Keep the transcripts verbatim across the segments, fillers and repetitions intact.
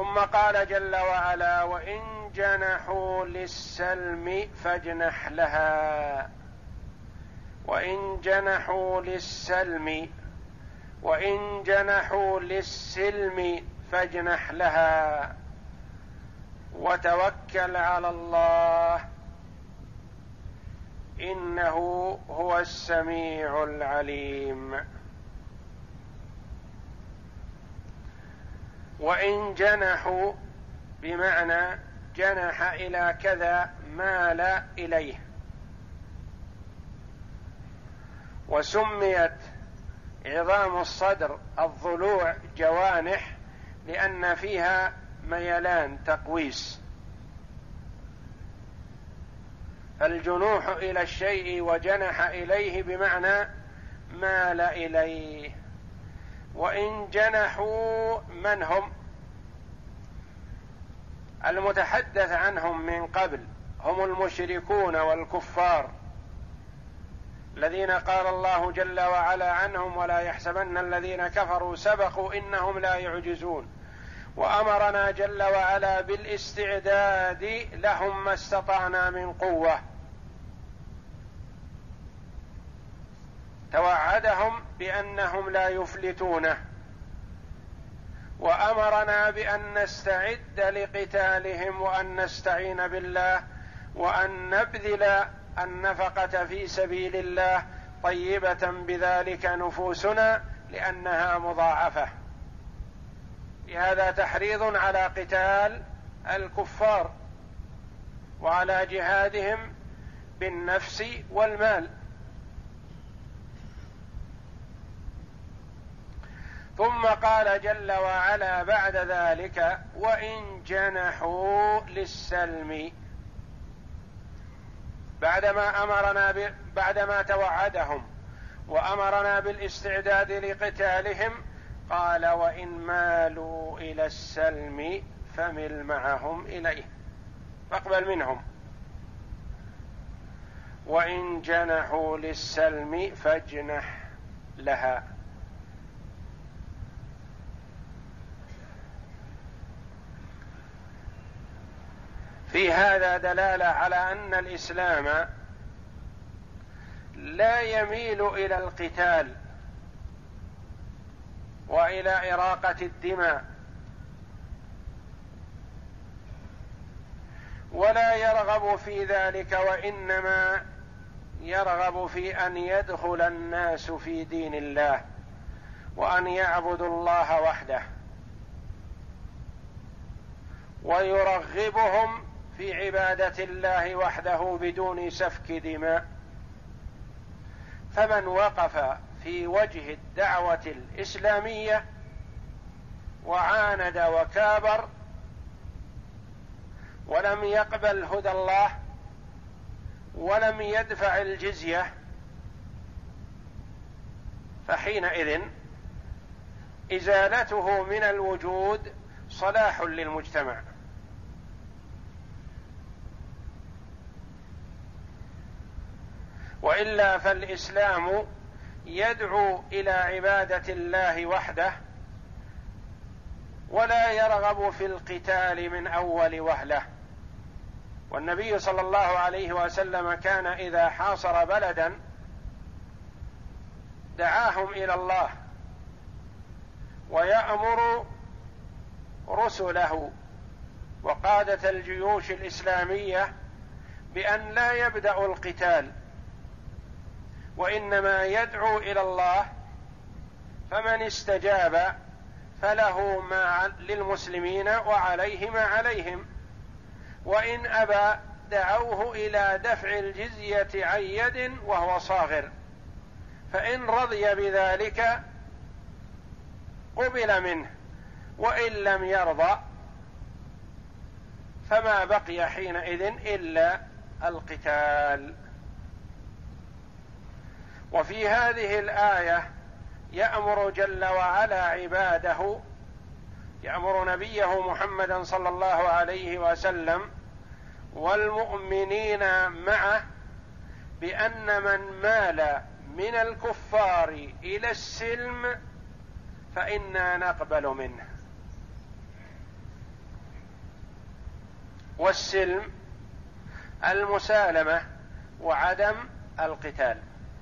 ثم قال جل وعلا: وإن جنحوا للسلم فاجنح لها. وإن جنحوا للسلم وإن جنحوا للسلم فاجنح لها وتوكل على الله إنه هو السميع العليم. وإن جنحوا بمعنى جنح إلى كذا، مال إليه. وسميت عظام الصدر الضلوع جوانح لأن فيها ميلان تقويس. فالجنوح إلى الشيء وجنح إليه بمعنى مال إليه. وإن جنحوا، من هم؟ المتحدث عنهم من قبل هم المشركون والكفار الذين قال الله جل وعلا عنهم: ولا يحسبن الذين كفروا سبقوا إنهم لا يعجزون. وأمرنا جل وعلا بالاستعداد لهم ما استطعنا من قوة. توعدهم بأنهم لا يفلتونه، وأمرنا بأن نستعد لقتالهم وأن نستعين بالله وأن نبذل النفقة في سبيل الله طيبة بذلك نفوسنا لأنها مضاعفة. لهذا تحريض على قتال الكفار وعلى جهادهم بالنفس والمال. ثم قال جل وعلا بعد ذلك: وإن جنحوا للسلم، بعدما أمرنا ب... بعدما توعدهم وأمرنا بالاستعداد لقتالهم قال: وإن مالوا إلى السلم فمل معهم إليه، فاقبل منهم. وإن جنحوا للسلم فاجنح لها. في هذا دلالة على أن الإسلام لا يميل إلى القتال وإلى إراقة الدماء، ولا يرغب في ذلك، وإنما يرغب في أن يدخل الناس في دين الله وأن يعبدوا الله وحده، ويرغبهم في عبادة الله وحده بدون سفك دماء. فمن وقف في وجه الدعوة الإسلامية وعاند وكابر ولم يقبل هدى الله ولم يدفع الجزية، فحينئذ إزالته من الوجود صلاح للمجتمع. وإلا فالإسلام يدعو إلى عبادة الله وحده ولا يرغب في القتال من أول وهلة. والنبي صلى الله عليه وسلم كان إذا حاصر بلدا دعاهم إلى الله ويأمر رسله وقادة الجيوش الإسلامية بأن لا يبدأوا القتال، وإنما يدعو إلى الله، فمن استجاب فله ما للمسلمين وعليه ما عليهم، وإن أبى دعوه إلى دفع الجزية عن يد وهو صاغر، فإن رضي بذلك قبل منه، وإن لم يرضى فما بقي حينئذ إلا القتال. وفي هذه الآية يأمر جل وعلا عباده، يأمر نبيه محمدا صلى الله عليه وسلم والمؤمنين معه بأن من مال من الكفار إلى السلم فإنا نقبل منه. والسلم المسالمة وعدم القتال،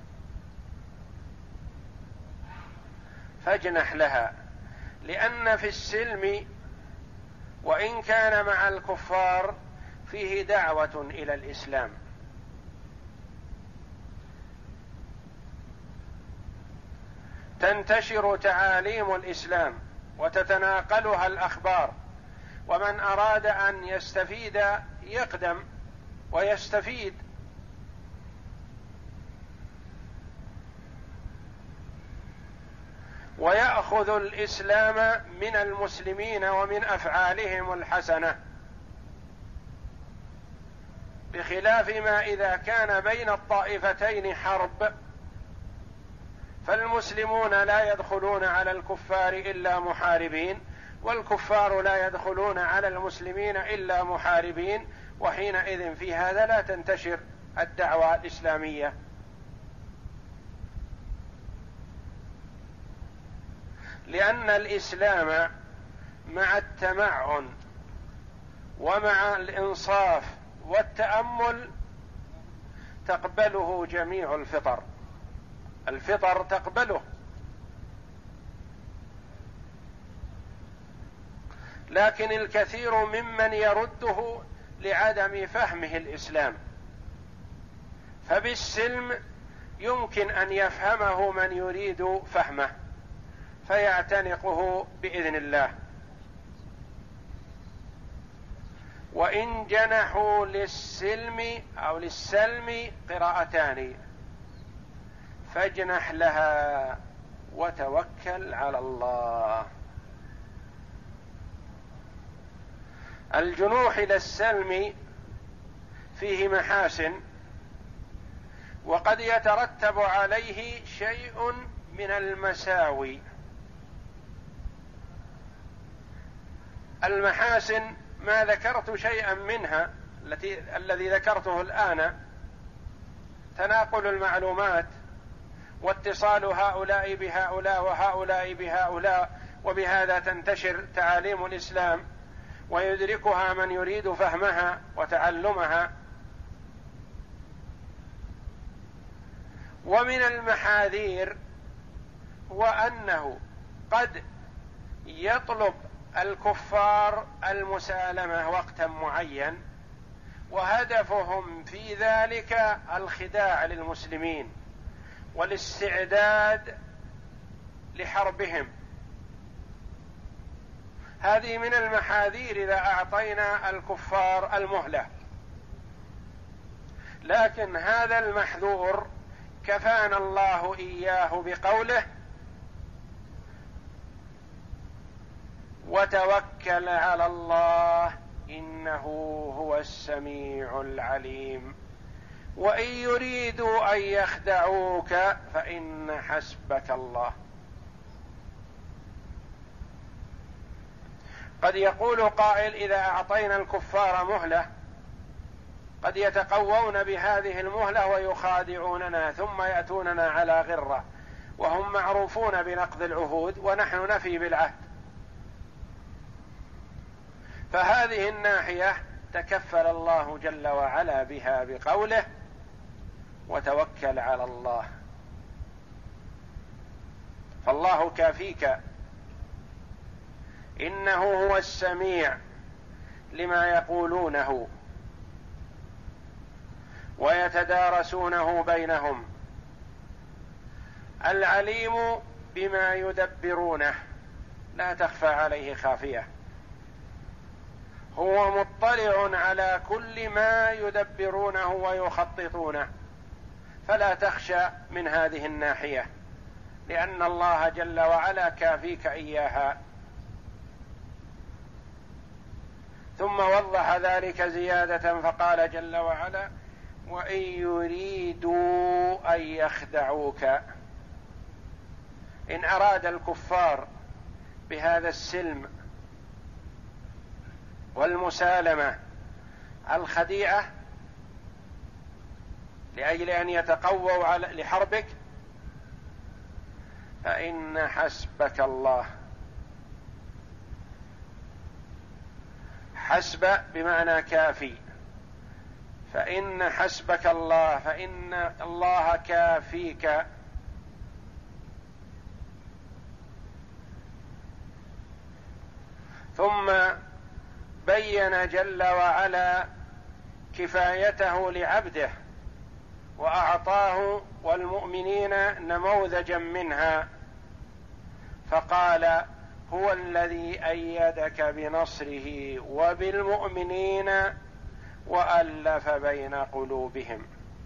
فاجنح لها، لأن في السلم وإن كان مع الكفار فيه دعوة إلى الإسلام، تنتشر تعاليم الإسلام وتتناقلها الأخبار، ومن أراد أن يستفيد يقدم ويستفيد. ويأخذ الإسلام من المسلمين ومن أفعالهم الحسنة، بخلاف ما إذا كان بين الطائفتين حرب، فالمسلمون لا يدخلون على الكفار إلا محاربين، والكفار لا يدخلون على المسلمين إلا محاربين، وحينئذ في هذا لا تنتشر الدعوة الإسلامية. لأن الإسلام مع التمعن ومع الإنصاف والتأمل تقبله جميع الفطر، الفطر تقبله، لكن الكثير ممن يرده لعدم فهمه الإسلام، فبالسلم يمكن أن يفهمه من يريد فهمه فيعتنقه بإذن الله. وإن جنحوا للسلم أو للسلم قراءتان، فاجنح لها وتوكل على الله. الجنوح إلى السلم فيه محاسن، وقد يترتب عليه شيء من المساوي. المحاسن ما ذكرت شيئا منها، التي الذي ذكرته الآن، تناقل المعلومات واتصال هؤلاء بهؤلاء وهؤلاء بهؤلاء، وبهذا تنتشر تعاليم الإسلام ويدركها من يريد فهمها وتعلمها. ومن المحاذير هو أنه قد يطلب الكفار المسالمة وقتا معين، وهدفهم في ذلك الخداع للمسلمين والاستعداد لحربهم. هذه من المحاذير إذا أعطينا الكفار المهلة، لكن هذا المحذور كفانا الله إياه بقوله: وتوكل على الله إنه هو السميع العليم وإن يريدوا أن يخدعوك فإن حسبك الله. قد يقول قائل: إذا أعطينا الكفار مهلة قد يتقوون بهذه المهلة ويخادعوننا ثم يأتوننا على غرة، وهم معروفون بنقض العهود ونحن نفي بالعهد. فهذه الناحية تكفل الله جل وعلا بها بقوله: وتوكل على الله. فالله كافيك، إنه هو السميع لما يقولونه ويتدارسونه بينهم، العليم بما يدبرونه، لا تخفى عليه خافية، هو مطلع على كل ما يدبرونه ويخططونه، فلا تخشى من هذه الناحية، لأن الله جل وعلا كافيك إياها. ثم وضح ذلك زيادة فقال جل وعلا: وإن يريدوا أن يخدعوك. إن أراد الكفار بهذا السلم والمسالمة الخديعة لأجل أن يتقووا على لحربك، فإن حسبك الله. حسب بمعنى كافي، فإن حسبك الله، فإن الله كافيك. ثم بين جل وعلا كفايته لعبده وأعطاه والمؤمنين نموذجا منها، فقال: هو الذي أيدك بنصره وبالمؤمنين وألف بين قلوبهم.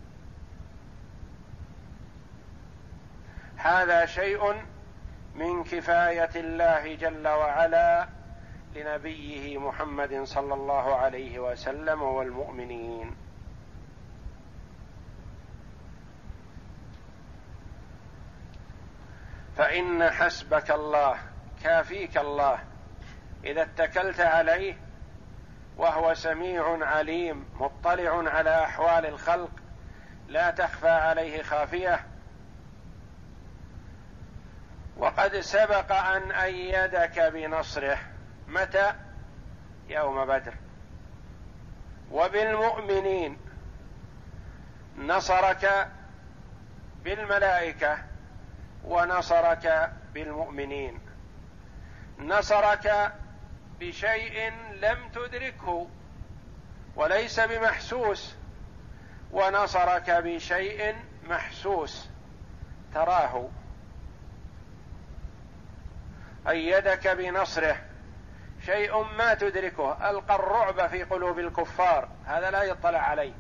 هذا شيء من كفاية الله جل وعلا لنبيه محمد صلى الله عليه وسلم والمؤمنين. فإن حسبك الله، كافيك الله إذا اتكلت عليه، وهو سميع عليم مطلع على أحوال الخلق لا تخفى عليه خافية. وقد سبق أن أيدك بنصره، متى؟ يوم بدر. وبالمؤمنين، نصرك بالملائكة ونصرك بالمؤمنين، نصرك بشيء لم تدركه وليس بمحسوس، ونصرك بشيء محسوس تراه. أيدك بنصره، شيء ما تدركه، ألقى الرعب في قلوب الكفار، هذا لا يطلع عليه.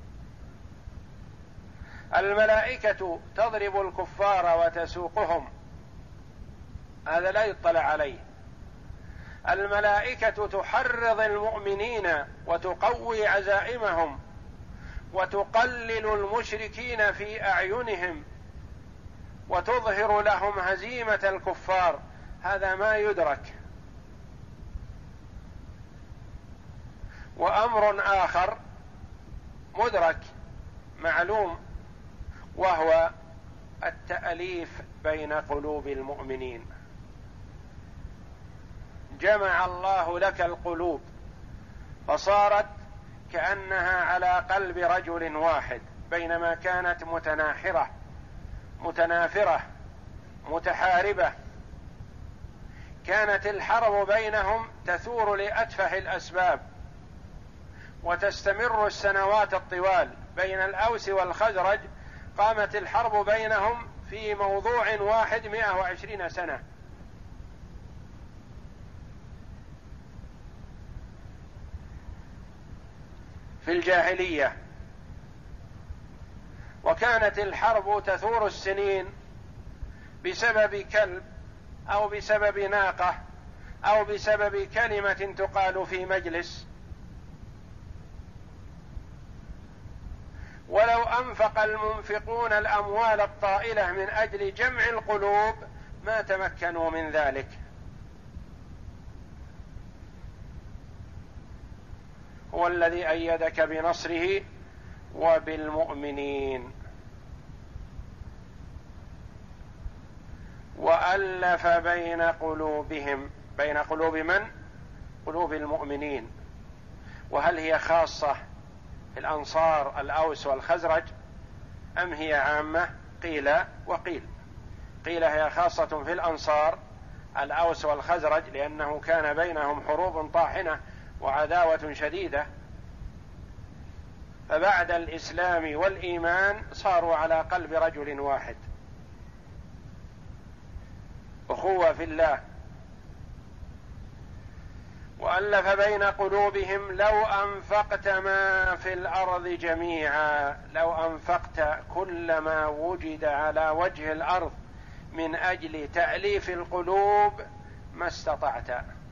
الملائكة تضرب الكفار وتسوقهم، هذا لا يطلع عليه. الملائكة تحرض المؤمنين وتقوي عزائمهم وتقلل المشركين في أعينهم وتظهر لهم هزيمة الكفار، هذا ما يدرك. وأمر آخر مدرك معلوم، وهو التأليف بين قلوب المؤمنين. جمع الله لك القلوب فصارت كأنها على قلب رجل واحد، بينما كانت متناحرة متنافرة متحاربة. كانت الحرب بينهم تثور لأتفه الأسباب، وتستمر السنوات الطوال. بين الأوس والخزرج قامت الحرب بينهم في موضوع واحد مئة وعشرين سنة. في الجاهلية، وكانت الحرب تثور السنين بسبب كلب أو بسبب ناقة أو بسبب كلمة تقال في مجلس. ولو أنفق المنفقون الأموال الطائلة من أجل جمع القلوب ما تمكنوا من ذلك. هو الذي أيدك بنصره وبالمؤمنين وألف بين قلوبهم. بين قلوب من؟ قلوب المؤمنين. وهل هي خاصة في الأنصار الأوس والخزرج أم هي عامة؟ قيل وقيل. قيل هي خاصة في الأنصار الأوس والخزرج، لأنه كان بينهم حروب طاحنة وعداوة شديدة، فبعد الإسلام والإيمان صاروا على قلب رجل واحد، أخوة في الله. وألف بين قلوبهم لو أنفقت ما في الأرض جميعا، لو أنفقت كل ما وجد على وجه الأرض من أجل تأليف القلوب ما استطعت،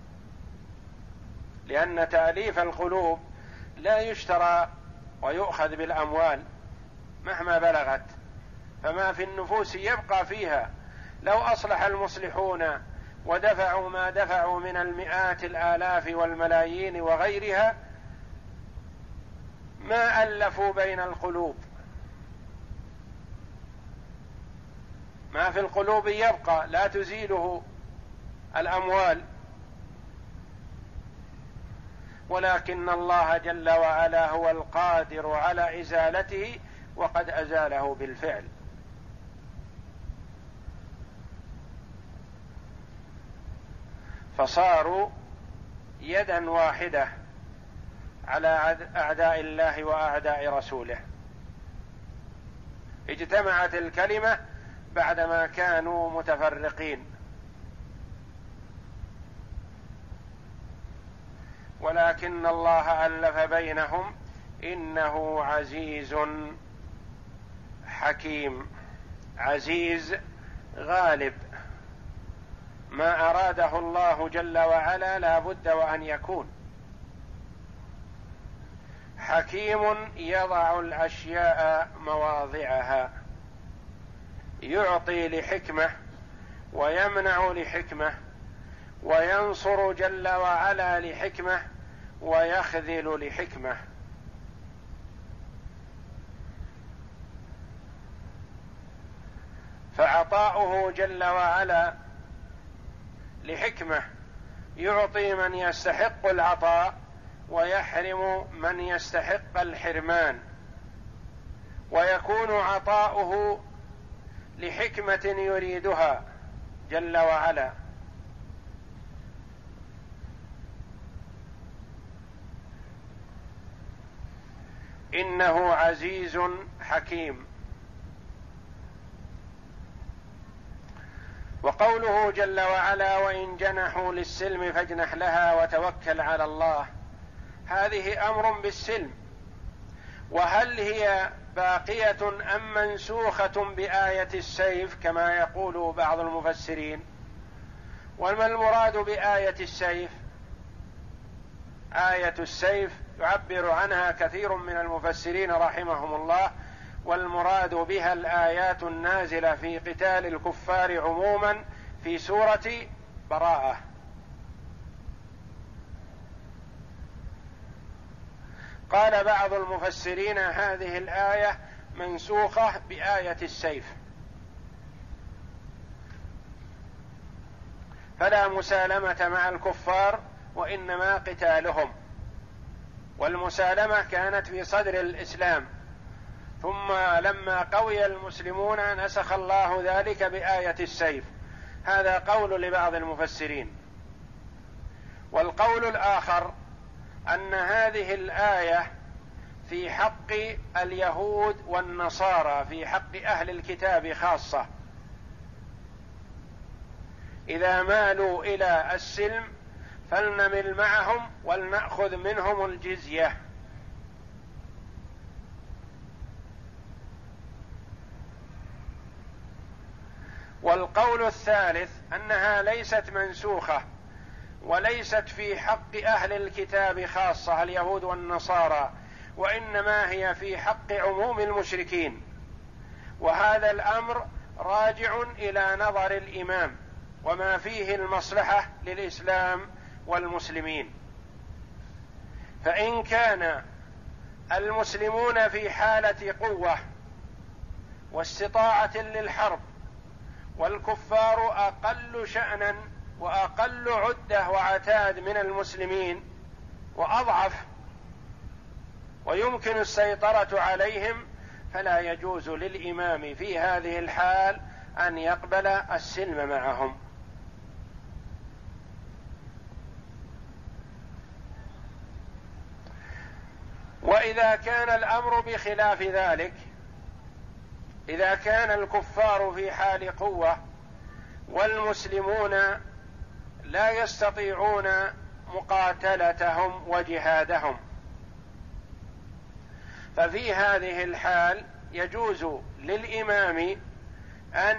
لأن تأليف القلوب لا يشترى ويؤخذ بالأموال مهما بلغت، فما في النفوس يبقى فيها. لو أصلح المصلحون ودفعوا ما دفعوا من المئات الآلاف والملايين وغيرها ما ألفوا بين القلوب. ما في القلوب يبقى، لا تزيله الأموال. ولكن الله جل وعلا هو القادر على إزالته وقد أزاله بالفعل. فصاروا يدا واحدة على أعداء الله وأعداء رسوله. اجتمعت الكلمة بعدما كانوا متفرقين، ولكن الله ألف بينهم إنه عزيز حكيم. عزيز غالب، ما أراده الله جل وعلا لا بد وأن يكون. حكيم يضع الأشياء مواضعها، يعطي لحكمة ويمنع لحكمة، وينصر جل وعلا لحكمة ويخذل لحكمة. فعطاؤه جل وعلا لحكمة يعطي من يستحق العطاء ويحرم من يستحق الحرمان، ويكون عطاؤه لحكمة يريدها جل وعلا. إنه عزيز حكيم. وقوله جل وعلا وإن جنحوا للسلم فاجنح لها وتوكل على الله، هذه أمر بالسلم. وهل هي باقية أم منسوخة بآية السيف كما يقول بعض المفسرين؟ وما المراد بآية السيف؟ آية السيف يعبر عنها كثير من المفسرين رحمهم الله، والمراد بها الآيات النازلة في قتال الكفار عموما في سورة براءة. قال بعض المفسرين هذه الآية منسوخة بآية السيف، فلا مسالمة مع الكفار وإنما قتالهم. والمسالمة كانت في صدر الإسلام، ثم لما قوي المسلمون نسخ الله ذلك بآية السيف. هذا قول لبعض المفسرين. والقول الآخر أن هذه الآية في حق اليهود والنصارى، في حق أهل الكتاب خاصة، إذا مالوا إلى السلم فلنمل معهم ولنأخذ منهم الجزية. والقول الثالث أنها ليست منسوخة وليست في حق أهل الكتاب خاصة اليهود والنصارى، وإنما هي في حق عموم المشركين. وهذا الأمر راجع إلى نظر الإمام وما فيه المصلحة للإسلام والمسلمين. فإن كان المسلمون في حالة قوة واستطاعة للحرب، والكفار أقل شأنا وأقل عدة وعتاد من المسلمين وأضعف ويمكن السيطرة عليهم، فلا يجوز للإمام في هذه الحال أن يقبل السلم معهم. وإذا كان الأمر بخلاف ذلك، إذا كان الكفار في حال قوة والمسلمون لا يستطيعون مقاتلتهم وجهادهم، ففي هذه الحال يجوز للإمام أن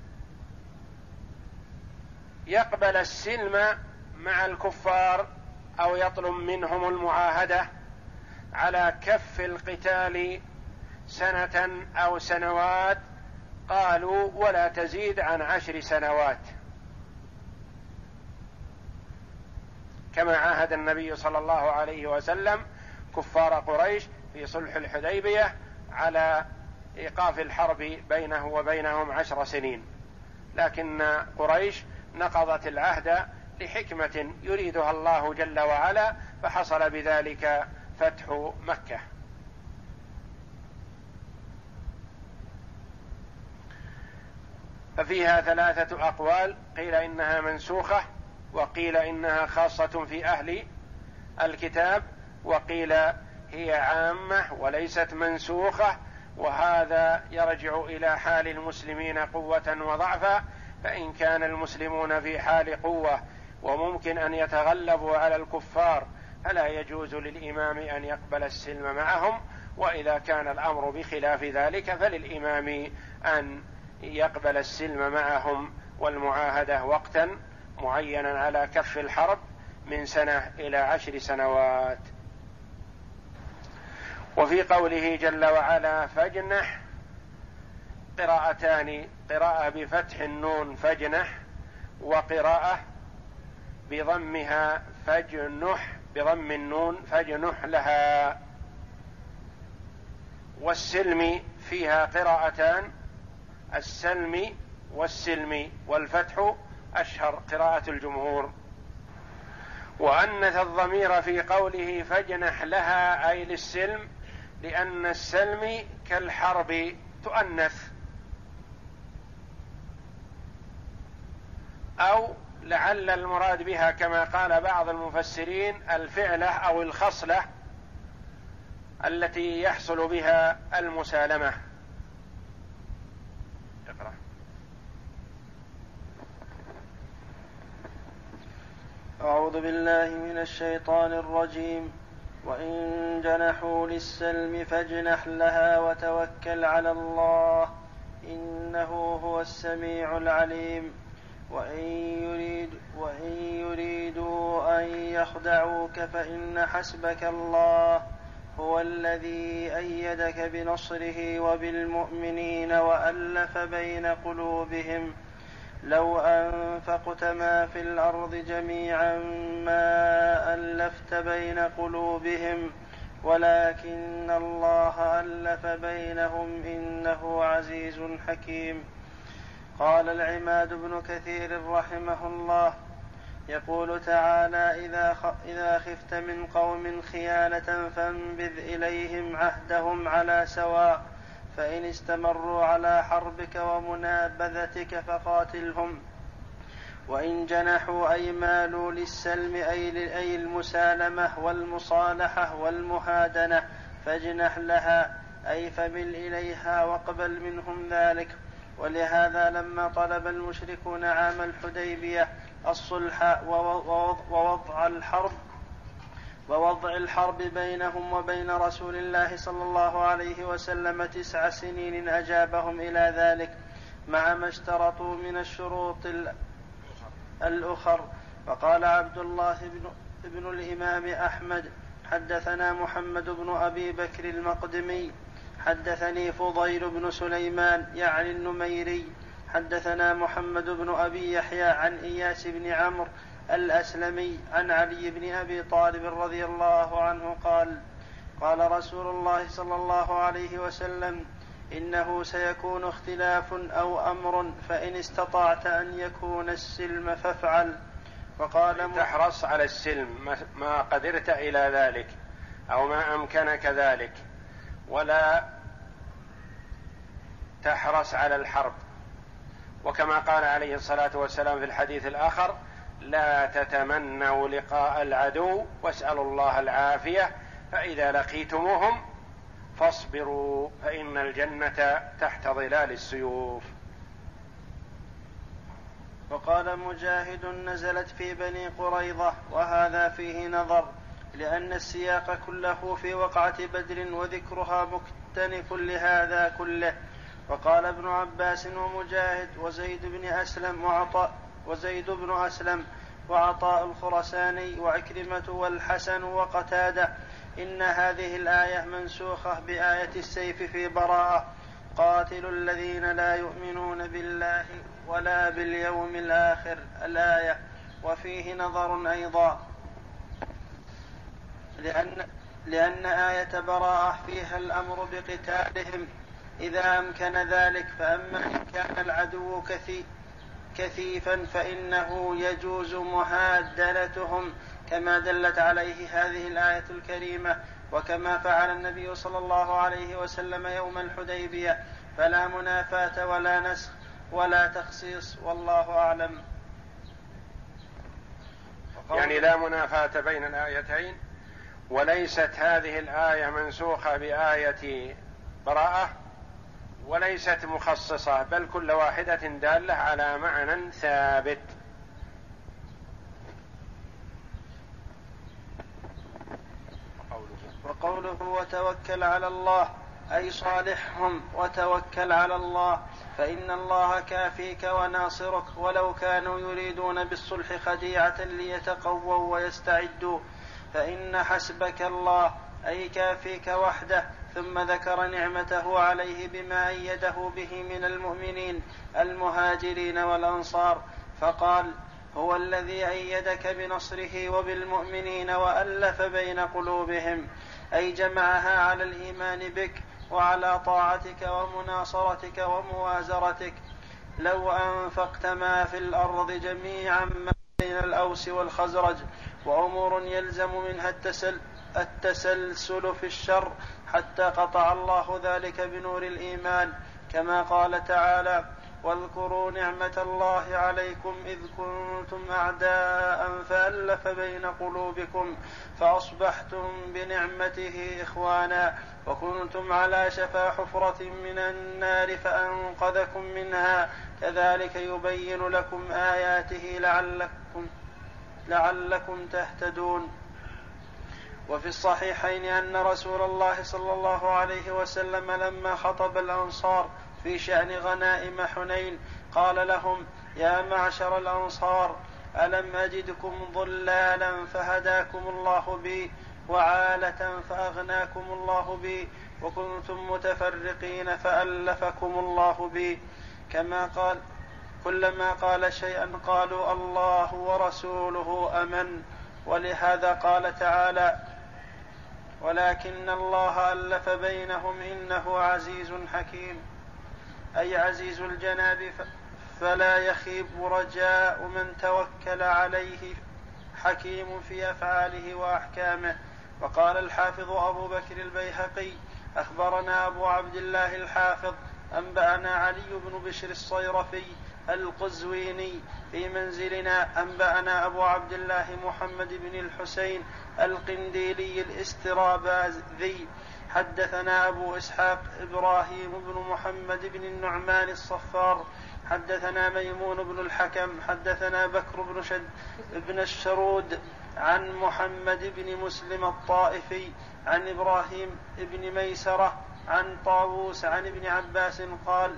يقبل السلم مع الكفار أو يطلب منهم المعاهدة على كف القتال سنة أو سنوات، قالوا ولا تزيد عن عشر سنوات، كما عاهد النبي صلى الله عليه وسلم كفار قريش في صلح الحديبية على إيقاف الحرب بينه وبينهم عشر سنين. لكن قريش نقضت العهد لحكمة يريدها الله جل وعلا، فحصل بذلك فتح مكة. ففيها ثلاثة أقوال، قيل إنها منسوخة، وقيل إنها خاصة في أهل الكتاب، وقيل هي عامة وليست منسوخة، وهذا يرجع إلى حال المسلمين قوة وضعفا. فإن كان المسلمون في حال قوة وممكن أن يتغلبوا على الكفار فلا يجوز للإمام أن يقبل السلم معهم، وإذا كان الأمر بخلاف ذلك فللإمام أن يقبل السلم معهم والمعاهدة وقتا معينا على كف الحرب من سنة إلى عشر سنوات. وفي قوله جل وعلا فاجنح قراءتان، قراءة بفتح النون فاجنح، وقراءة بضمها فاجنح بضم النون فاجنح لها. والسلم فيها قراءتان، السلم والسلم، والفتح أشهر قراءة الجمهور. وأنث الضمير في قوله فاجنح لها أي للسلم، لأن السلم كالحرب تؤنث، أو لعل المراد بها كما قال بعض المفسرين الفعلة أو الخصلة التي يحصل بها المسالمة. اقرأ. أعوذ بالله من الشيطان الرجيم. وإن جنحوا للسلم فاجنح لها وتوكل على الله إنه هو السميع العليم. وإن, يريد وإن يريدوا أن يخدعوك فإن حسبك الله هو الذي أيدك بنصره وبالمؤمنين وألف بين قلوبهم لو أنفقت ما في الأرض جميعا ما ألفت بين قلوبهم ولكن الله ألف بينهم إنه عزيز حكيم. قال العماد بن كثير رحمه الله يقول تعالى إذا خفت من قوم خيانة فانبذ إليهم عهدهم على سواء فإن استمروا على حربك ومنابذتك فقاتلهم. وإن جنحوا أي مالوا للسلم أي المسالمة والمصالحة والمهادنة فاجنح لها أي فمل إليها واقبل منهم ذلك. ولهذا لما طلب المشركون عام الحديبية الصلح ووضع الحرب ووضع الحرب بينهم وبين رسول الله صلى الله عليه وسلم تسع سنين أجابهم إلى ذلك مع ما اشترطوا من الشروط الأخر. وقال عبد الله بن, بن الإمام أحمد حدثنا محمد بن أبي بكر المقدمي حدثني فضيل بن سليمان يعني النميري حدثنا محمد بن أبي يحيى عن إياس بن عمرو الأسلمي عن علي بن أبي طالب رضي الله عنه قال قال رسول الله صلى الله عليه وسلم إنه سيكون اختلاف أو أمر فإن استطعت أن يكون السلم فافعل. وقال تحرص على السلم ما قدرت إلى ذلك أو ما أمكنك ذلك، ولا تحرص على الحرب. وكما قال عليه الصلاة والسلام في الحديث الآخر لا تتمنوا لقاء العدو واسألوا الله العافية فإذا لقيتموهم فاصبروا فإن الجنة تحت ظلال السيوف. وقال مجاهد نزلت في بني قريظة وهذا فيه نظر لأن السياق كله في وقعة بدر وذكرها مكتنف لهذا كله. وقال ابن عباس ومجاهد وزيد بن أسلم وعطاء وزيد بن أسلم وعطاء الخرساني وعكرمة والحسن وقتادة إن هذه الآية منسوخة بآية السيف في براءة قاتلوا الذين لا يؤمنون بالله ولا باليوم الآخر الآية. وفيه نظر أيضا لأن, لأن آية براءة فيها الأمر بقتالهم إذا أمكن ذلك، فأما إن كان العدو كثير كثيفا فإنه يجوز مهادنتهم كما دلت عليه هذه الآية الكريمة، وكما فعل النبي صلى الله عليه وسلم يوم الحديبية، فلا منافاة ولا نسخ ولا تخصيص، والله أعلم. يعني لا منافاة بين الآيتين، وليست هذه الآية منسوخة بآية براءة وليست مخصصة، بل كل واحدة دالة على معنى ثابت. وقوله وتوكل على الله أي صالحهم وتوكل على الله، فإن الله كافيك وناصرك، ولو كانوا يريدون بالصلح خديعة ليتقووا ويستعدوا، فإن حسبك الله أي كافيك وحده. ثم ذكر نعمته عليه بما أيده به من المؤمنين المهاجرين والأنصار، فقال هو الذي أيدك بنصره وبالمؤمنين وألف بين قلوبهم، أي جمعها على الإيمان بك وعلى طاعتك ومناصرتك وموازرتك. لو أنفقت ما في الأرض جميعا ما بين الأوس والخزرج، وأمور يلزم منها التسل التسلسل في الشر حتى قطع الله ذلك بنور الإيمان، كما قال تعالى واذكروا نعمة الله عليكم إذ كنتم أعداء فألف بين قلوبكم فأصبحتم بنعمته إخوانا وكنتم على شفا حفرة من النار فأنقذكم منها، كذلك يبين لكم آياته لعلكم, لعلكم تهتدون. وفي الصحيحين أن رسول الله صلى الله عليه وسلم لما خطب الأنصار في شأن غنائم حنين قال لهم يا معشر الأنصار ألم أجدكم ضلالا فهداكم الله بي، وعالة فأغناكم الله بي، وكنتم متفرقين فألفكم الله بي. كما قال كلما قال شيئا قالوا الله ورسوله أمن. ولهذا قال تعالى ولكن الله ألف بينهم إنه عزيز حكيم، أي عزيز الجناب فلا يخيب رجاء من توكل عليه، حكيم في أفعاله وأحكامه. وقال الحافظ أبو بكر البيهقي أخبرنا أبو عبد الله الحافظ أنبأنا علي بن بشر الصيرفي القزويني في منزلنا أنبأنا أبو عبد الله محمد بن الحسين القنديلي الاستراباذي حدثنا أبو إسحاق إبراهيم بن محمد بن النعمان الصفار حدثنا ميمون بن الحكم حدثنا بكر بن, شد بن الشرود عن محمد بن مسلم الطائفي عن إبراهيم بن ميسرة عن طاووس عن ابن عباس قال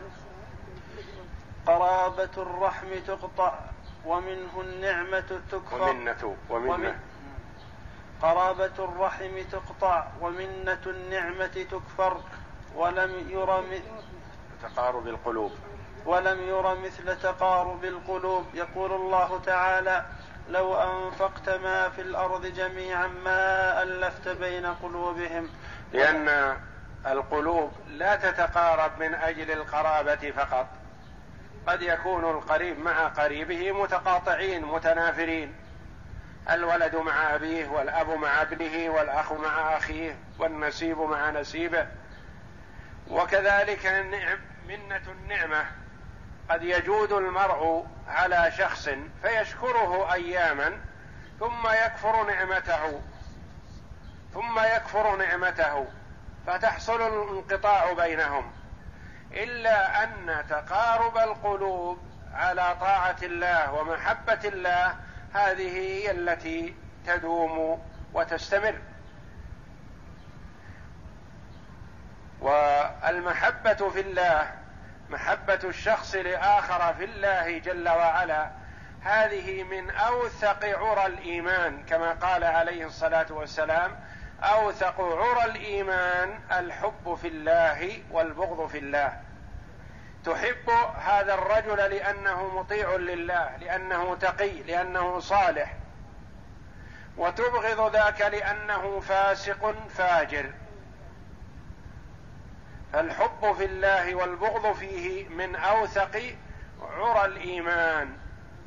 قرابة الرحم تقطع ومنه النعمة تكفر ومنة ومنة ومن قرابة الرحم تقطع ومنة النعمة تكفر ولم ير تقارب القلوب ولم ير مثل تقارب القلوب. يقول الله تعالى لو أنفقت ما في الأرض جميعا ما ألفت بين قلوبهم، لأن القلوب لا تتقارب من أجل القرابة فقط، قد يكون القريب مع قريبه متقاطعين متنافرين، الولد مع أبيه والأب مع ابنه والأخ مع أخيه والنسيب مع نسيبه. وكذلك منة النعمة، قد يجود المرء على شخص فيشكره أياما ثم يكفر نعمته ثم يكفر نعمته فتحصل الانقطاع بينهم، إلا أن تقارب القلوب على طاعة الله ومحبة الله هذه هي التي تدوم وتستمر. والمحبة في الله، محبة الشخص لآخر في الله جل وعلا، هذه من أوثق عرى الإيمان، كما قال عليه الصلاة والسلام أوثق عرى الإيمان الحب في الله والبغض في الله. تحب هذا الرجل لأنه مطيع لله، لأنه تقي، لأنه صالح، وتبغض ذاك لأنه فاسق فاجر. فالحب في الله والبغض فيه من أوثق عرى الإيمان.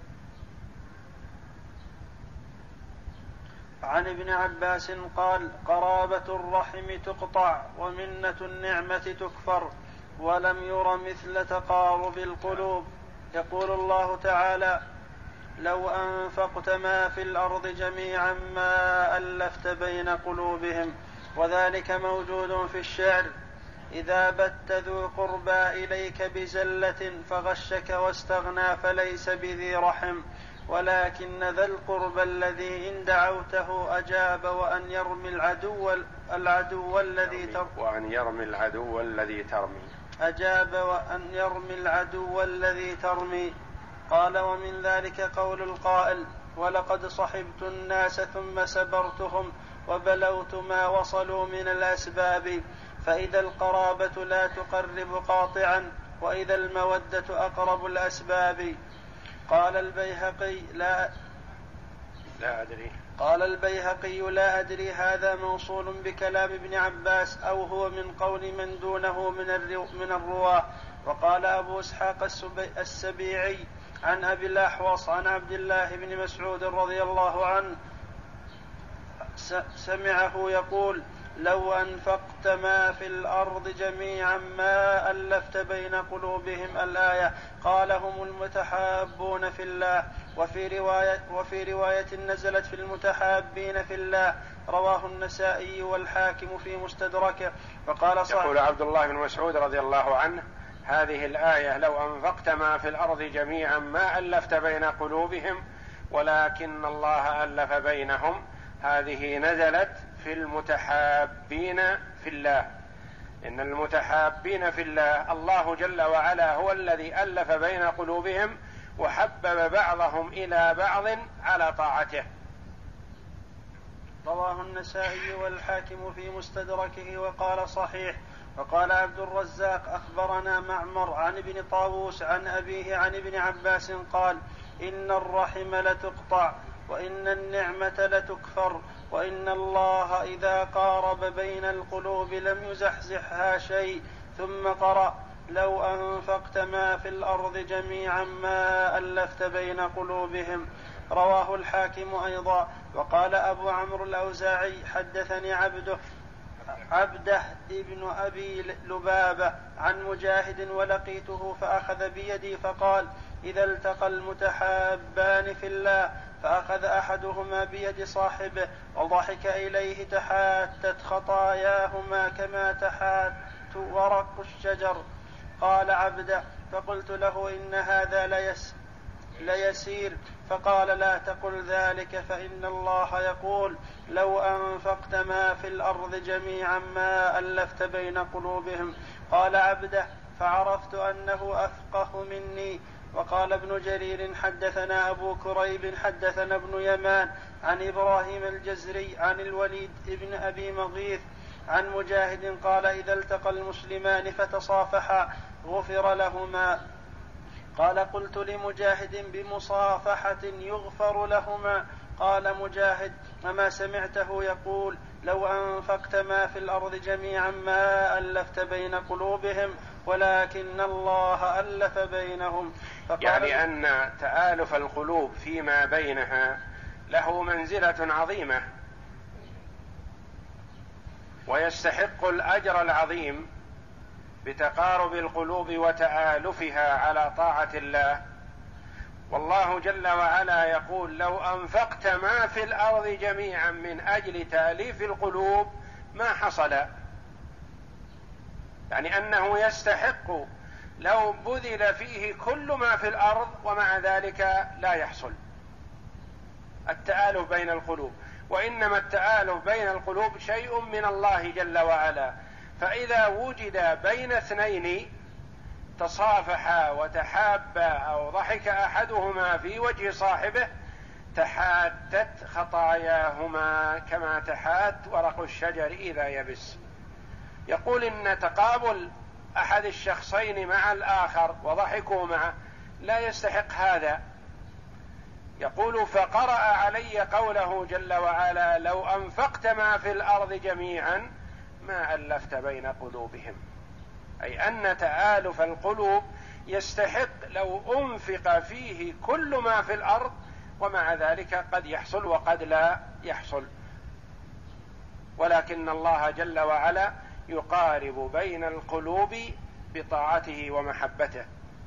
عن ابن عباس قال: قرابة الرحم تقطع ومنة النعمة تكفر ولم ير مثل تقارب القلوب. يقول الله تعالى: لو أنفقت ما في الأرض جميعا ما ألفت بين قلوبهم، وذلك موجود في الشعر: إذا بت ذو قربى إليك بزلة فغشك واستغنى فليس بذي رحم، ولكن ذا القربى الذي إن دعوته أجاب وأن يرمي العدو العدو الذي ترمي وأن يرمي العدو الذي ترمي أجاب وأن يرمي العدو الذي ترمي. قال: ومن ذلك قول القائل: ولقد صحبت الناس ثم سبرتهم وبلوت ما وصلوا من الأسباب، فإذا القرابة لا تقرب قاطعا وإذا المودة أقرب الأسباب. قال البيهقي لا لا أدري قال البيهقي لا أدري هذا موصول بكلام ابن عباس أو هو من قول من دونه من الرواة. وقال أبو إسحاق السبيعي عن أبي الأحوص عن عبد الله بن مسعود رضي الله عنه سمعه يقول: لو أنفقت ما في الأرض جميعا ما ألفت بين قلوبهم الآية. قال: هم المتحابون في الله. وفي رواية, وفي رواية نزلت في المتحابين في الله. رواه النسائي والحاكم في مستدركه. وقال صحيح. يقول عبد الله بن مسعود رضي الله عنه: هذه الآية لو أنفقت ما في الأرض جميعا ما ألفت بين قلوبهم ولكن الله ألف بينهم، هذه نزلت في المتحابين في الله. إن المتحابين في الله الله جل وعلا هو الذي ألف بين قلوبهم وحبب بعضهم إلى بعض على طاعته. رواه النسائي والحاكم في مستدركه وقال صحيح. وقال عبد الرزاق: أخبرنا معمر عن ابن طاووس عن أبيه عن ابن عباس قال: إن الرحم لتقطع وإن النعمة لتكفر وإن الله إذا قارب بين القلوب لم يزحزحها شيء. ثم قرأ: لو أنفقت ما في الأرض جميعا ما ألفت بين قلوبهم. رواه الحاكم أيضا. وقال أبو عمرو الأوزاعي: حدثني عبده عبده ابن أبي لبابة عن مجاهد ولقيته فأخذ بيدي فقال: إذا التقى المتحابان في الله فأخذ أحدهما بيد صاحبه وضحك إليه تحاتت خطاياهما كما تحات ورق الشجر. قال عبده: فقلت له: إن هذا ليس ليسير. فقال: لا تقل ذلك فإن الله يقول: لو أنفقت ما في الأرض جميعا ما ألفت بين قلوبهم. قال عبده: فعرفت أنه أفقه مني. وقال ابن جرير: حدثنا أبو كريب حدثنا ابن يمان عن إبراهيم الجزري عن الوليد ابن أبي مغيث عن مجاهد قال: إذا التقى المسلمان فتصافحا غفر لهما. قال: قلت لمجاهد: بمصافحة يغفر لهما؟ قال مجاهد: وما سمعته يقول: لو أنفقت ما في الأرض جميعا ما ألفت بين قلوبهم ولكن الله ألف بينهم. يعني أن تآلف القلوب فيما بينها له منزلة عظيمة ويستحق الأجر العظيم بتقارب القلوب وتآلفها على طاعة الله. والله جل وعلا يقول: لو أنفقت ما في الأرض جميعا من أجل تأليف القلوب ما حصل، يعني أنه يستحق لو بذل فيه كل ما في الأرض ومع ذلك لا يحصل التآلف بين القلوب. وإنما التآلف بين القلوب شيء من الله جل وعلا، فإذا وجد بين اثنين تصافحا وتحابا أو ضحك أحدهما في وجه صاحبه تحاتت خطاياهما كما تحات ورق الشجر إذا يبس. يقول إن تقابل أحد الشخصين مع الآخر وضحكوا معه لا يستحق هذا. يقول: فقرأ علي قوله جل وعلا: لو أنفقت ما في الأرض جميعا ما ألفت بين قلوبهم، أي أن تآلف القلوب يستحق لو أنفق فيه كل ما في الأرض، ومع ذلك قد يحصل وقد لا يحصل، ولكن الله جل وعلا يقارب بين القلوب بطاعته ومحبته.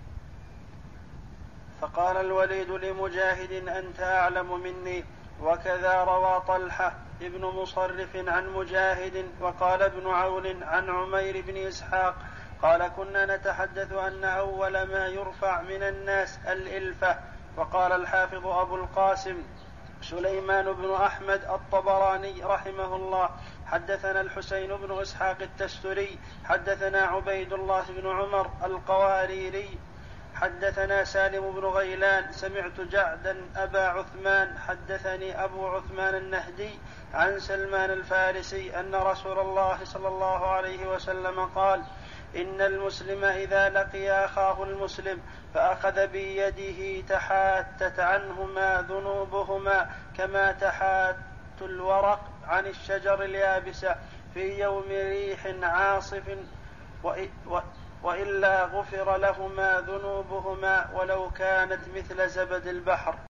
فقال الوليد لمجاهد: أنت أعلم مني. وكذا روى طلحة ابن مصرف عن مجاهد. وقال ابن عون عن عمير بن إسحاق قال: كنا نتحدث أن أول ما يرفع من الناس الإلفة. وقال الحافظ أبو القاسم سليمان بن أحمد الطبراني رحمه الله: حدثنا الحسين بن إسحاق التستري حدثنا عبيد الله بن عمر القواريري حدثنا سالم بن غيلان سمعت جعدا أبا عثمان حدثني أبو عثمان النهدي عن سلمان الفارسي أن رسول الله صلى الله عليه وسلم قال: إن المسلم إذا لقي أخاه المسلم فأخذ بيده تحاتت عنهما ذنوبهما كما تحات الورق عن الشجر اليابسة في يوم ريح عاصف، وإلا غفر لهما ذنوبهما ولو كانت مثل زبد البحر.